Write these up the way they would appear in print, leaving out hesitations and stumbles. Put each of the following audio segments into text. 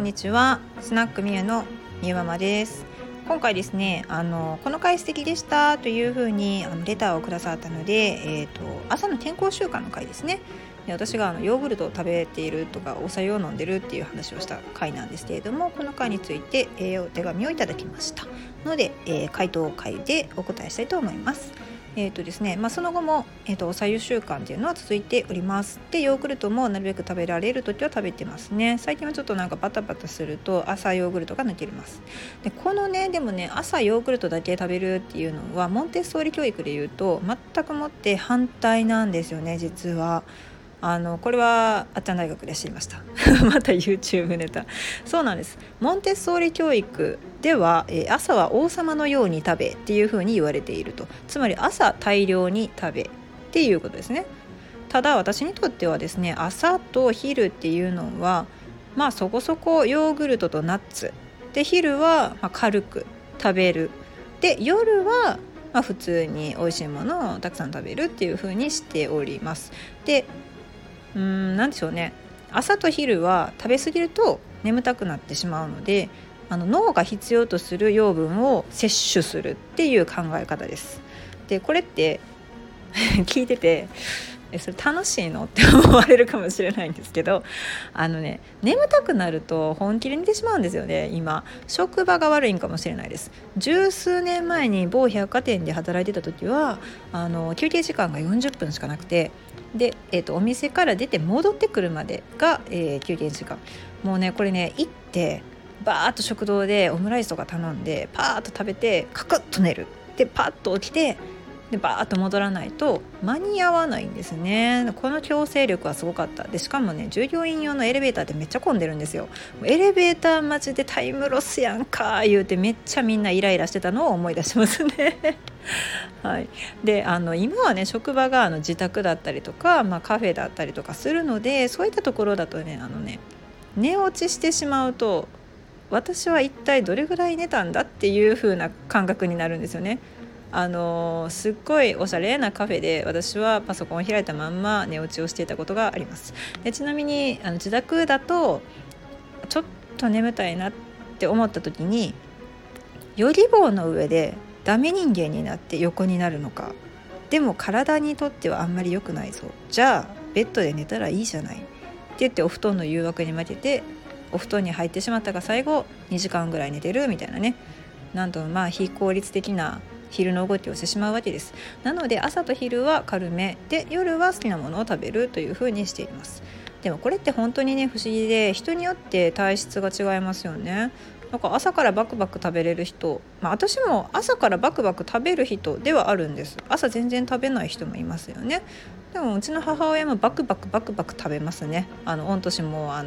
んにちは。スナックみゆのみゆママです。今回ですね、この回素敵でしたというふうにレターをくださったので、朝の健康習慣の回ですね。で、私がヨーグルトを食べているとかお白湯を飲んでるっていう話をした回なんですけれども、この回について、お手紙をいただきましたので、回答会でお答えしたいと思います。ですね、その後も、お白湯習慣っていうのは続いております。で、ヨーグルトもなるべく食べられるときは食べてますね。最近はちょっとバタバタすると朝ヨーグルトが抜けます。で、このね、でもね、朝ヨーグルトだけ食べるっていうのはモンテッソーリ教育で言うと全くもって反対なんですよね。実はこれはあっちゃん大学で知りましたまた YouTube ネタ。そうなんです。モンテッソーリ教育では、朝は王様のように食べっていう風に言われていると。つまり朝大量に食べっていうことですね。ただ私にとってはですね、朝と昼っていうのはそこそこヨーグルトとナッツで、昼は軽く食べる、で夜は普通に美味しいものをたくさん食べるっていう風にしております。で、なんでしょうね、朝と昼は食べ過ぎると眠たくなってしまうので、脳が必要とする養分を摂取するっていう考え方です。で、これって聞いててそれ楽しいのって思われるかもしれないんですけど、眠たくなると本気で寝てしまうんですよね。今職場が悪いんかもしれないです。十数年前に某百貨店で働いてた時は休憩時間が40分しかなくて、で、お店から出て戻ってくるまでが、休憩時間。もうね、これね、行ってバーッと食堂でオムライスとか頼んでパーッと食べてカクッと寝る、でパッと起きて、でバーッと戻らないと間に合わないんですね。この強制力はすごかった。でしかもね、従業員用のエレベーターってめっちゃ混んでるんですよ。エレベーター待ちでタイムロスやんか言うてめっちゃみんなイライラしてたのを思い出しますねはい。で、今はね、職場が自宅だったりとか、カフェだったりとかするので、そういったところだとね、寝落ちしてしまうと私は一体どれぐらい寝たんだっていう風な感覚になるんですよね。すっごいおしゃれなカフェで私はパソコンを開いたまんま寝落ちをしていたことがあります。で、ちなみに自宅だとちょっと眠たいなって思った時に、ヨギボーの上でダメ人間になって横になるのか、でも体にとってはあんまり良くないぞ、じゃあベッドで寝たらいいじゃないって言って、お布団の誘惑に負けてお布団に入ってしまったが、最後2時間ぐらい寝てるみたいなね、なんと非効率的な昼の動きをしてしまうわけです。なので朝と昼は軽めで、夜は好きなものを食べるというふうにしています。でもこれって本当にね、不思議で、人によって体質が違いますよね。朝からバクバク食べれる人、私も朝からバクバク食べる人ではあるんです。朝全然食べない人もいますよね。でもうちの母親もバクバク食べますね。御年ももう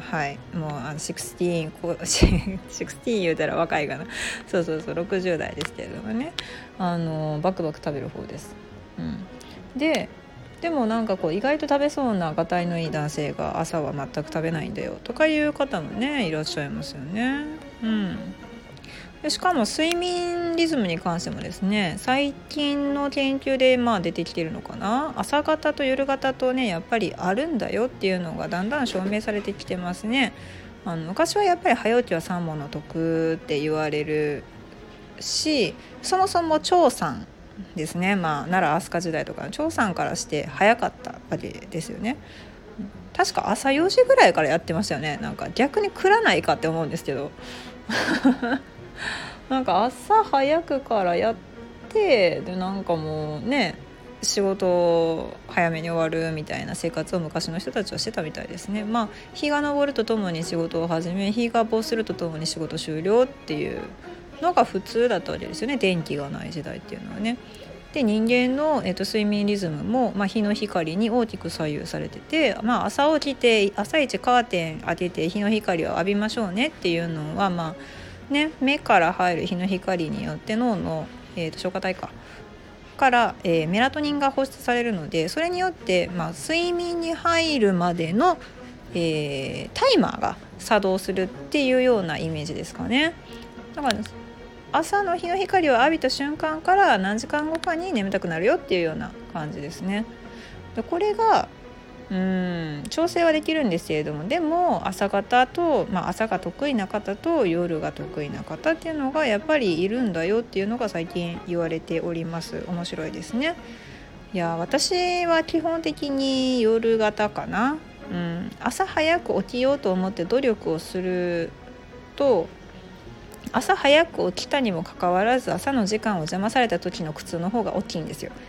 16言うたら若いかな。そう60代ですけれどもね、バクバク食べる方です。でも意外と食べそうながたいのいい男性が朝は全く食べないんだよとかいう方もね、いらっしゃいますよね。でしかも睡眠リズムに関してもですね、最近の研究で出てきてるのかな。朝型と夜型とね、やっぱりあるんだよっていうのがだんだん証明されてきてますね。昔はやっぱり早起きは三文の徳って言われるし、そもそも張さんですね、奈良飛鳥時代とかの張さんからして早かったわけですよね。確か朝4時ぐらいからやってましたよね。逆に来らないかって思うんですけど朝早くからやって、でもうね、仕事早めに終わるみたいな生活を昔の人たちはしてたみたいですね。日が昇るとともに仕事を始め、日が没するとともに仕事終了っていうのが普通だったわけですよね。電気がない時代っていうのはね。で、人間の、睡眠リズムも、日の光に大きく左右されてて、朝起きて朝一カーテン開けて日の光を浴びましょうねっていうのは目から入る日の光によって脳の、消化体から、メラトニンが放出されるので、それによって、睡眠に入るまでの、タイマーが作動するっていうようなイメージですかね。だから朝の日の光を浴びた瞬間から何時間後かに眠たくなるよっていうような感じですね。で、これが調整はできるんですけれども、でも朝方と、朝が得意な方と夜が得意な方っていうのがやっぱりいるんだよっていうのが最近言われております。面白いですね。いや、私は基本的に夜型かな。朝早く起きようと思って努力をすると、朝早く起きたにもかかわらず朝の時間を邪魔された時の苦痛の方が大きいんですよ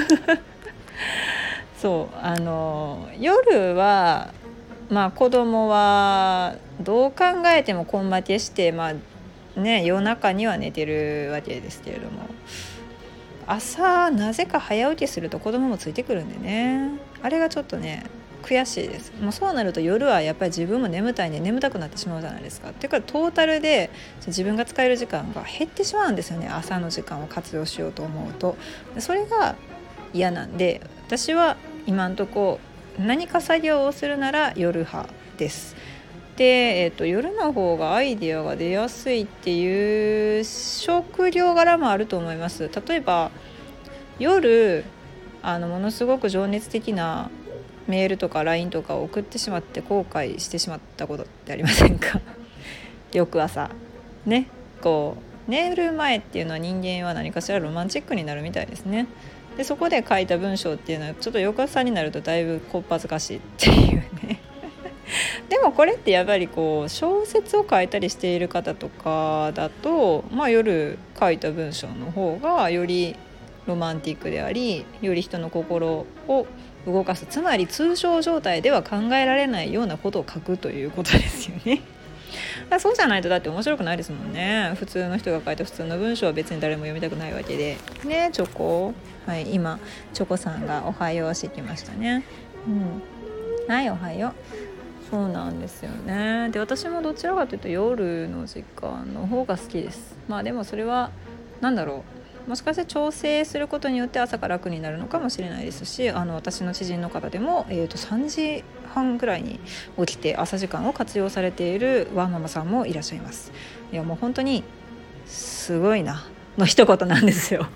そう夜は子供はどう考えても根負けして、夜中には寝てるわけですけれども、朝なぜか早起きすると子供もついてくるんでね、あれがちょっとね悔しいです。もうそうなると夜はやっぱり自分も眠たいんで眠たくなってしまうじゃないですか。っていうかトータルで自分が使える時間が減ってしまうんですよね、朝の時間を活用しようと思うと。それが嫌なんで、私は今んとこ何か作業をするなら夜派です。で、夜の方がアイデアが出やすいっていう職業柄もあると思います。例えば夜ものすごく情熱的なメールとか LINE とかを送ってしまって後悔してしまったことってありませんか翌朝ね、寝る前っていうのは人間は何かしらロマンチックになるみたいですね。でそこで書いた文章っていうのはちょっと翌朝になるとだいぶこっぱずかしいっていうねでもこれってやっぱり小説を書いたりしている方とかだと、夜書いた文章の方がよりロマンティックであり、より人の心を動かす、つまり通常状態では考えられないようなことを書くということですよね。そうじゃないとだって面白くないですもんね。普通の人が書いた普通の文章は別に誰も読みたくないわけでね。チョコ、はい、今チョコさんがおはようしてきましたね。はい、おはよう。そうなんですよね。で、私もどちらかというと夜の時間の方が好きです。でもそれはもしかして調整することによって朝が楽になるのかもしれないですし、私の知人の方でも、3時半ぐらいに起きて朝時間を活用されているワーママさんもいらっしゃいます。いやもう本当にすごいなの一言なんですよ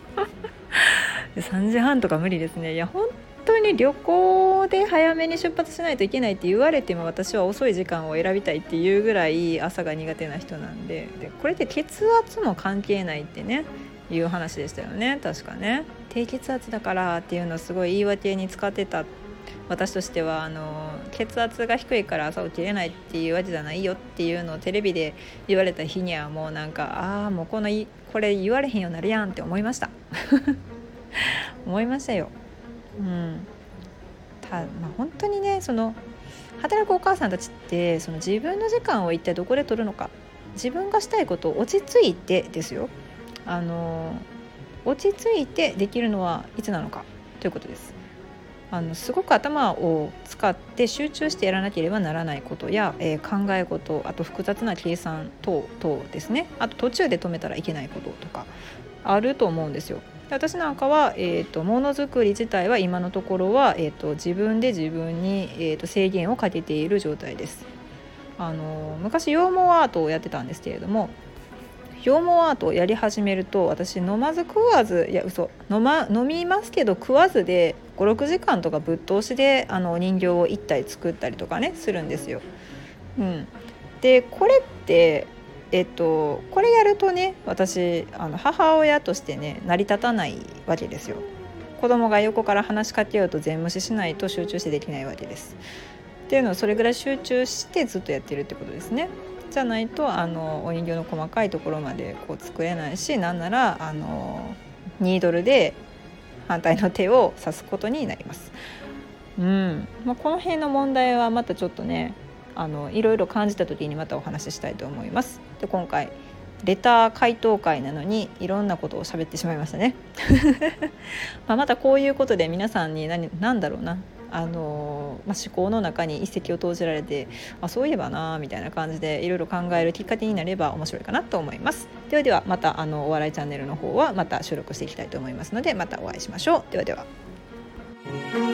3時半とか無理ですね。いや本当に旅行で早めに出発しないといけないって言われても私は遅い時間を選びたいっていうぐらい朝が苦手な人なんで、これって血圧も関係ないってねいう話でしたよね。確かね、低血圧だからっていうのをすごい言い訳に使ってた私としては、血圧が低いから朝起きれないっていうわけじゃないよっていうのをテレビで言われた日にはもうもうこれ言われへんようになるやんって思いました思いましたよ。本当にね、働くお母さんたちって自分の時間を一体どこで取るのか、自分がしたいことを落ち着いてですよ、落ち着いてできるのはいつなのかということです。すごく頭を使って集中してやらなければならないことや、考え事、あと複雑な計算等々ですね。あと途中で止めたらいけないこととかあると思うんですよ。で私なんかは、ものづくり自体は今のところは、自分で自分に、制限をかけている状態です。昔羊毛アートをやってたんですけれども、羊毛アートをやり始めると私飲まず食わず、飲みますけど食わずで 5,6 時間とかぶっ通しでお人形を1体作ったりとかねするんですよ。でこれってこれやるとね、私母親としてね成り立たないわけですよ。子供が横から話しかけようと全無視しないと集中してできないわけです。っていうのをそれぐらい集中してずっとやってるってことですね。じゃないとお人形の細かいところまで作れないし、なんならニードルで反対の手を刺すことになります。この辺の問題はまたちょっとねいろいろ感じた時にまたお話ししたいと思います。で今回レター回答会なのにいろんなことを喋ってしまいましたねまたこういうことで皆さんに思考の中に一石を投じられて、そういえばなみたいな感じでいろいろ考えるきっかけになれば面白いかなと思います。ではまたお笑いチャンネルの方はまた収録していきたいと思いますので、またお会いしましょう。では。